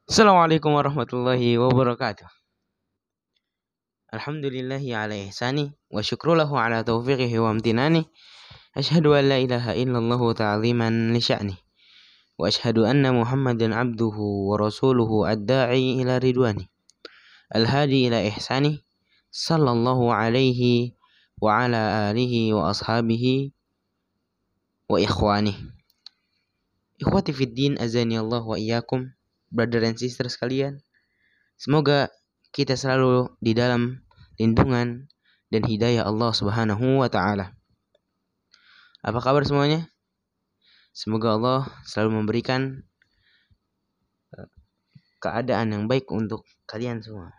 Assalamualaikum warahmatullahi wabarakatuh. Alhamdulillahi ala ihsani wa syukrulahu ala taufiqihi wa amtinani. Asyhadu an la ilaha illallah ta'ziman li sya'ni. Wa asyhadu anna Muhammadan abduhu wa rasuluhu ad-da'i ila ridwani. Al-hadi ila ihsani sallallahu alaihi wa ala alihi wa ashabihi wa ikhwani. Ikhwati fid din, azani Allah wa iyyakum. Brother and sister sekalian, semoga kita selalu di dalam lindungan dan hidayah Allah Subhanahu wa taala. Apa kabar semuanya? Semoga Allah selalu memberikan keadaan yang baik untuk kalian semua.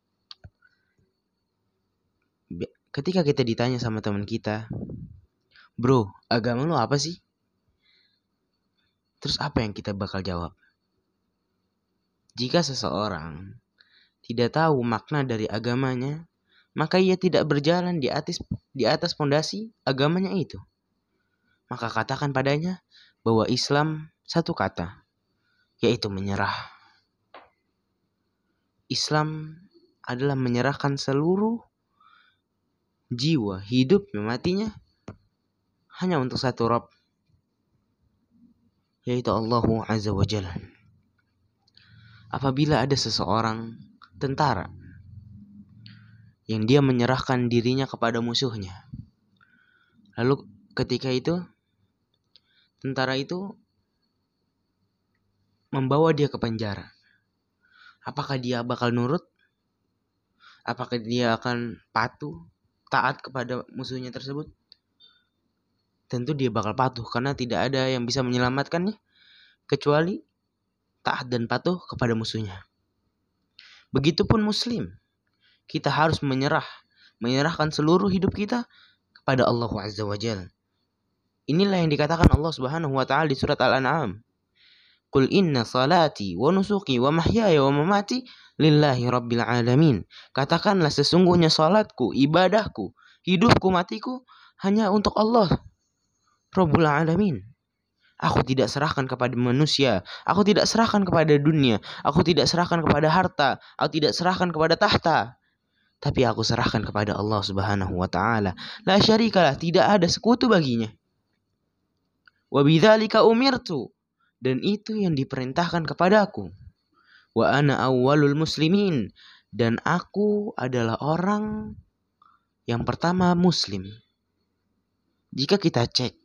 Ketika kita ditanya sama teman kita, "Bro, agama lu apa sih?" Terus apa yang kita bakal jawab? Jika seseorang tidak tahu makna dari agamanya, maka ia tidak berjalan di atas pondasi agamanya itu. Maka katakan padanya bahwa Islam satu kata, yaitu menyerah. Islam adalah menyerahkan seluruh jiwa, hidup, matinya hanya untuk satu Rabb, yaitu Allah Azza wa Jalla. Apabila ada seseorang tentara yang dia menyerahkan dirinya kepada musuhnya, lalu ketika itu tentara itu membawa dia ke penjara, apakah dia bakal nurut? Apakah dia akan patuh, taat kepada musuhnya tersebut? Tentu dia bakal patuh, karena tidak ada yang bisa menyelamatkannya kecuali taat dan patuh kepada musuhnya. Begitupun Muslim, kita harus menyerahkan seluruh hidup kita kepada Allah Azza wa Jalla. Inilah yang dikatakan Allah Subhanahu wa taala di surat Al-An'am. Qul inna salati wa nusuki wa mahyaya wa mamati lillahi rabbil alamin. Katakanlah, sesungguhnya salatku, ibadahku, hidupku, matiku hanya untuk Allah Rabbul alamin. Aku tidak serahkan kepada manusia, aku tidak serahkan kepada dunia, aku tidak serahkan kepada harta, aku tidak serahkan kepada tahta, tapi aku serahkan kepada Allah Subhanahu wa taala. La syarikalah, tidak ada sekutu baginya. Wa bidzalika umirtu, dan itu yang diperintahkan kepadaku. Wa ana awwalul muslimin, dan aku adalah orang yang pertama muslim. Jika kita cek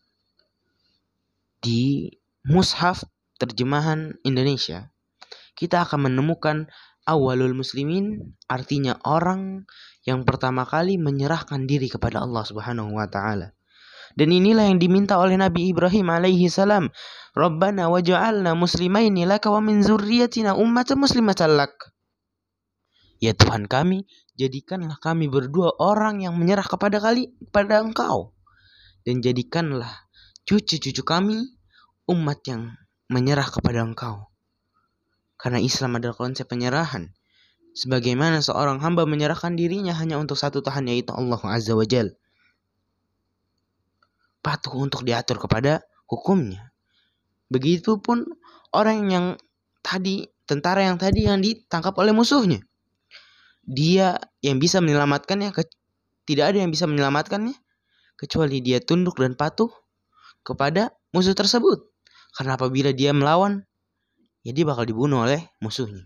di mushaf terjemahan Indonesia, kita akan menemukan awalul muslimin artinya orang yang pertama kali menyerahkan diri kepada Allah Subhanahu wa taala. Dan inilah yang diminta oleh Nabi Ibrahim alaihi salam. Rabbana waj'alna muslimaini laka wa min dzurriyyatina ummatan muslimatan lak. Ya Tuhan kami, jadikanlah kami berdua orang yang menyerah kepada Engkau, dan jadikanlah cucu-cucu kami umat yang menyerah kepada Engkau. Karena Islam adalah konsep penyerahan, sebagaimana seorang hamba menyerahkan dirinya hanya untuk satu Tuhan, yaitu Allah Azza wa Jalla. Patuh untuk diatur kepada hukumnya. Begitupun orang yang tadi, tentara yang tadi yang ditangkap oleh musuhnya. Dia yang bisa menyelamatkannya, tidak ada yang bisa menyelamatkannya kecuali dia tunduk dan patuh kepada musuh tersebut. Karena apabila dia melawan, ya dia bakal dibunuh oleh musuhnya.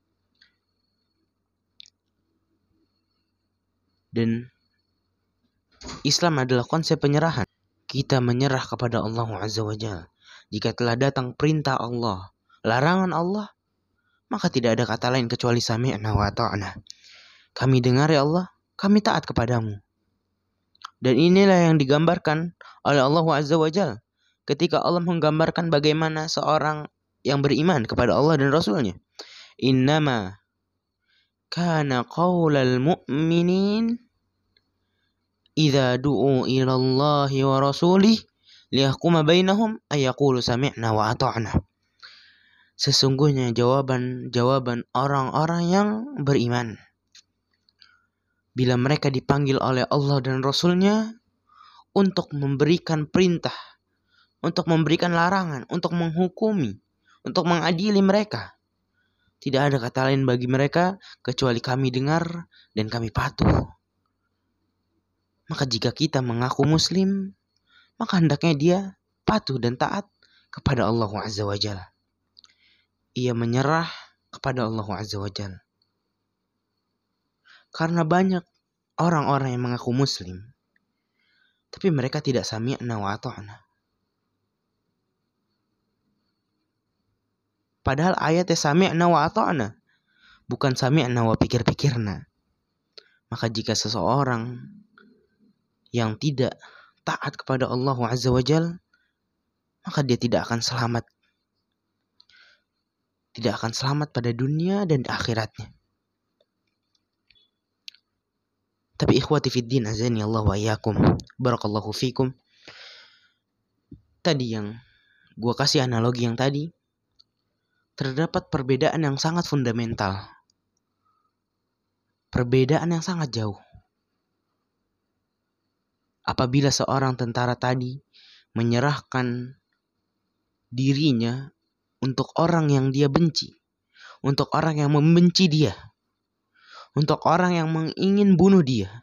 Dan Islam adalah konsep penyerahan. Kita menyerah kepada Allah Azza wa Jalla. Jika telah datang perintah Allah, larangan Allah, maka tidak ada kata lain kecuali sami'na wa ata'na. Kami dengar ya Allah, kami taat kepadamu. Dan inilah yang digambarkan oleh Allah Azza wa Jalla ketika Allah menggambarkan bagaimana seorang yang beriman kepada Allah dan Rasulnya. Innama kana qaulal mu'minin idza du'u ila Allah wa rasulih liyahkuma bainahum ayaqulu sami'na wa ata'na. Sesungguhnya jawaban orang-orang yang beriman bila mereka dipanggil oleh Allah dan Rasulnya untuk memberikan perintah, untuk memberikan larangan, untuk menghukumi, untuk mengadili mereka, Tidak ada kata lain bagi mereka kecuali kami dengar dan kami patuh. Maka jika kita mengaku muslim, maka hendaknya dia patuh dan taat kepada Allah Azza wa Jalla. Ia menyerah kepada Allah Azza wa Jalla. Karena banyak orang-orang yang mengaku muslim, tapi mereka tidak sami'na wa ata'na. Padahal ayatnya sami'na wa ata'na, bukan sami'na wa pikir-pikirna. Maka jika seseorang yang tidak taat kepada Allah Azza wa Jalla, maka dia tidak akan selamat. Tidak akan selamat pada dunia dan akhiratnya. Tapi ikhwati fiddin, azani Allah wa iyyakum, barakallahu fikum. Tadi yang gua kasih analogi yang tadi, terdapat perbedaan yang sangat fundamental. Perbedaan yang sangat jauh. Apabila seorang tentara tadi menyerahkan dirinya untuk orang yang dia benci, untuk orang yang membenci dia, untuk orang yang ingin bunuh dia.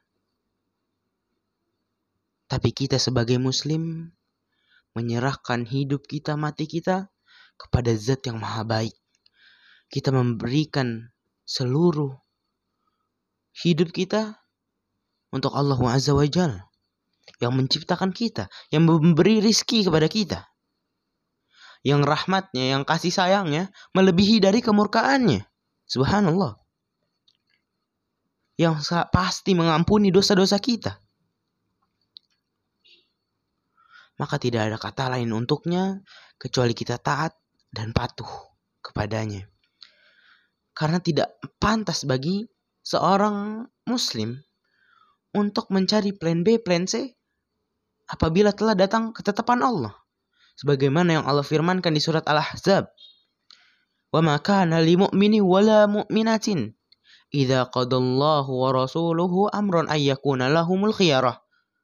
Tapi kita sebagai muslim menyerahkan hidup kita, mati kita kepada Zat yang maha baik. Kita memberikan seluruh hidup kita untuk Allah Azza wa Jalla yang menciptakan kita, yang memberi rizki kepada kita, yang rahmatnya, yang kasih sayangnya melebihi dari kemurkaannya. Subhanallah. Yang pasti mengampuni dosa-dosa kita. Maka tidak ada kata lain untuknya kecuali kita taat dan patuh kepadanya. Karena tidak pantas bagi seorang muslim untuk mencari plan B, plan C apabila telah datang ketetapan Allah. Sebagaimana yang Allah firmankan di surat Al-Ahzab. Wa ma kana lil mu'mini wala mu'minatin idza qadallahu wa rasuluhu amran ay yakuna lahumul khiyarah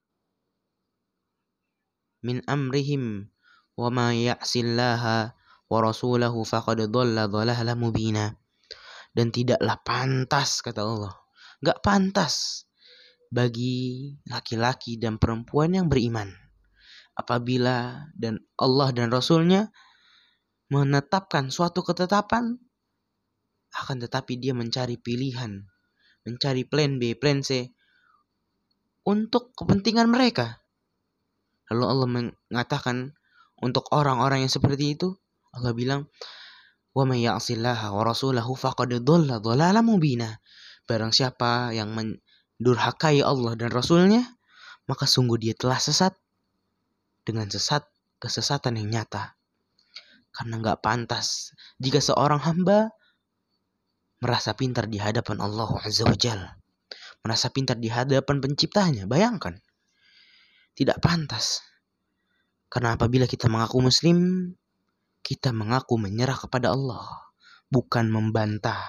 min amrihim wa ma ya'sillaha wa rasulahu faqad dhalla dhalalan mubina. Dan tidaklah pantas, kata Allah, gak pantas bagi laki-laki dan perempuan yang beriman apabila dan Allah dan Rasulnya menetapkan suatu ketetapan, akan tetapi dia mencari pilihan, mencari plan B, plan C untuk kepentingan mereka. Lalu Allah mengatakan untuk orang-orang yang seperti itu, Allah bilang, wa may ya'sillaha wa rasulahu faqad dhalla dhalalan mubina. Barang siapa yang mendurhakai Allah dan Rasulnya, maka sungguh dia telah sesat dengan kesesatan yang nyata. Karena gak pantas jika seorang hamba merasa pintar di hadapan Allah Azza wa Jalla, merasa pintar di hadapan penciptanya. Bayangkan, tidak pantas. Karena apabila kita mengaku muslim, kita mengaku menyerah kepada Allah, bukan membantah.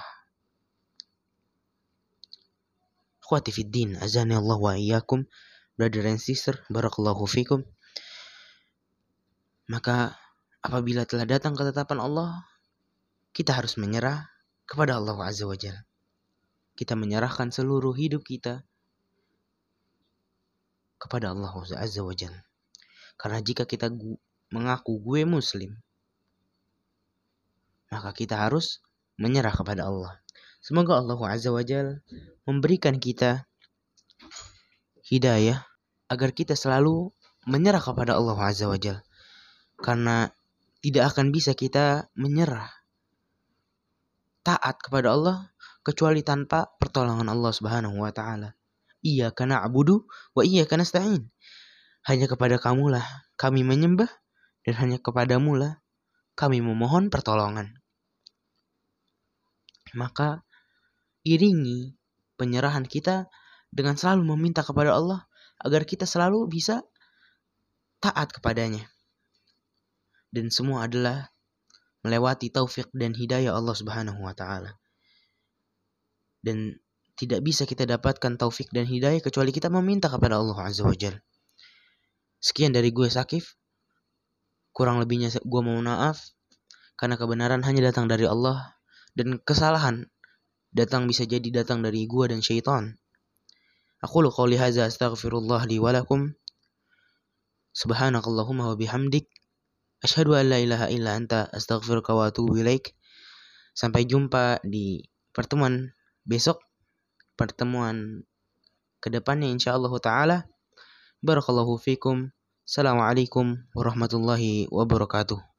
Akhwati fiddin, azani Allah wa iyyakum, brother and sister, barakallahu fikum. Maka apabila telah datang ketetapan Allah, kita harus menyerah kepada Allah Azza wa Jalla. Kita menyerahkan seluruh hidup kita kepada Allah Azza wa Jalla. Karena jika kita mengaku gue muslim, maka kita harus menyerah kepada Allah. Semoga Allah Azza wa Jalla memberikan kita hidayah agar kita selalu menyerah kepada Allah Azza wa Jalla. Karena tidak akan bisa kita menyerah taat kepada Allah kecuali tanpa pertolongan Allah Subhanahu wa taala. Iyyaka na'budu wa iyyaka nasta'in. Hanya kepada Kamulah kami menyembah dan hanya kepadamulah kami memohon pertolongan. Maka iringi penyerahan kita dengan selalu meminta kepada Allah agar kita selalu bisa taat kepadanya. Dan semua adalah melewati taufik dan hidayah Allah Subhanahu wa taala. Dan tidak bisa kita dapatkan taufik dan hidayah kecuali kita meminta kepada Allah Azza wa Jalla. Sekian dari gue Sakif. Kurang lebihnya gue mohon maaf, karena kebenaran hanya datang dari Allah Dan kesalahan bisa jadi datang dari gua dan syaitan. Aqulu qouli hadza astaghfirullah li wa lakum. Subhanakallahumma wa bihamdik asyhadu an la ilaha illa anta astaghfiruka wa atubu ilaik. Sampai jumpa di pertemuan besok, pertemuan kedepannya insyaallah taala. Barakallahu fikum. Assalamualaikum warahmatullahi wabarakatuh.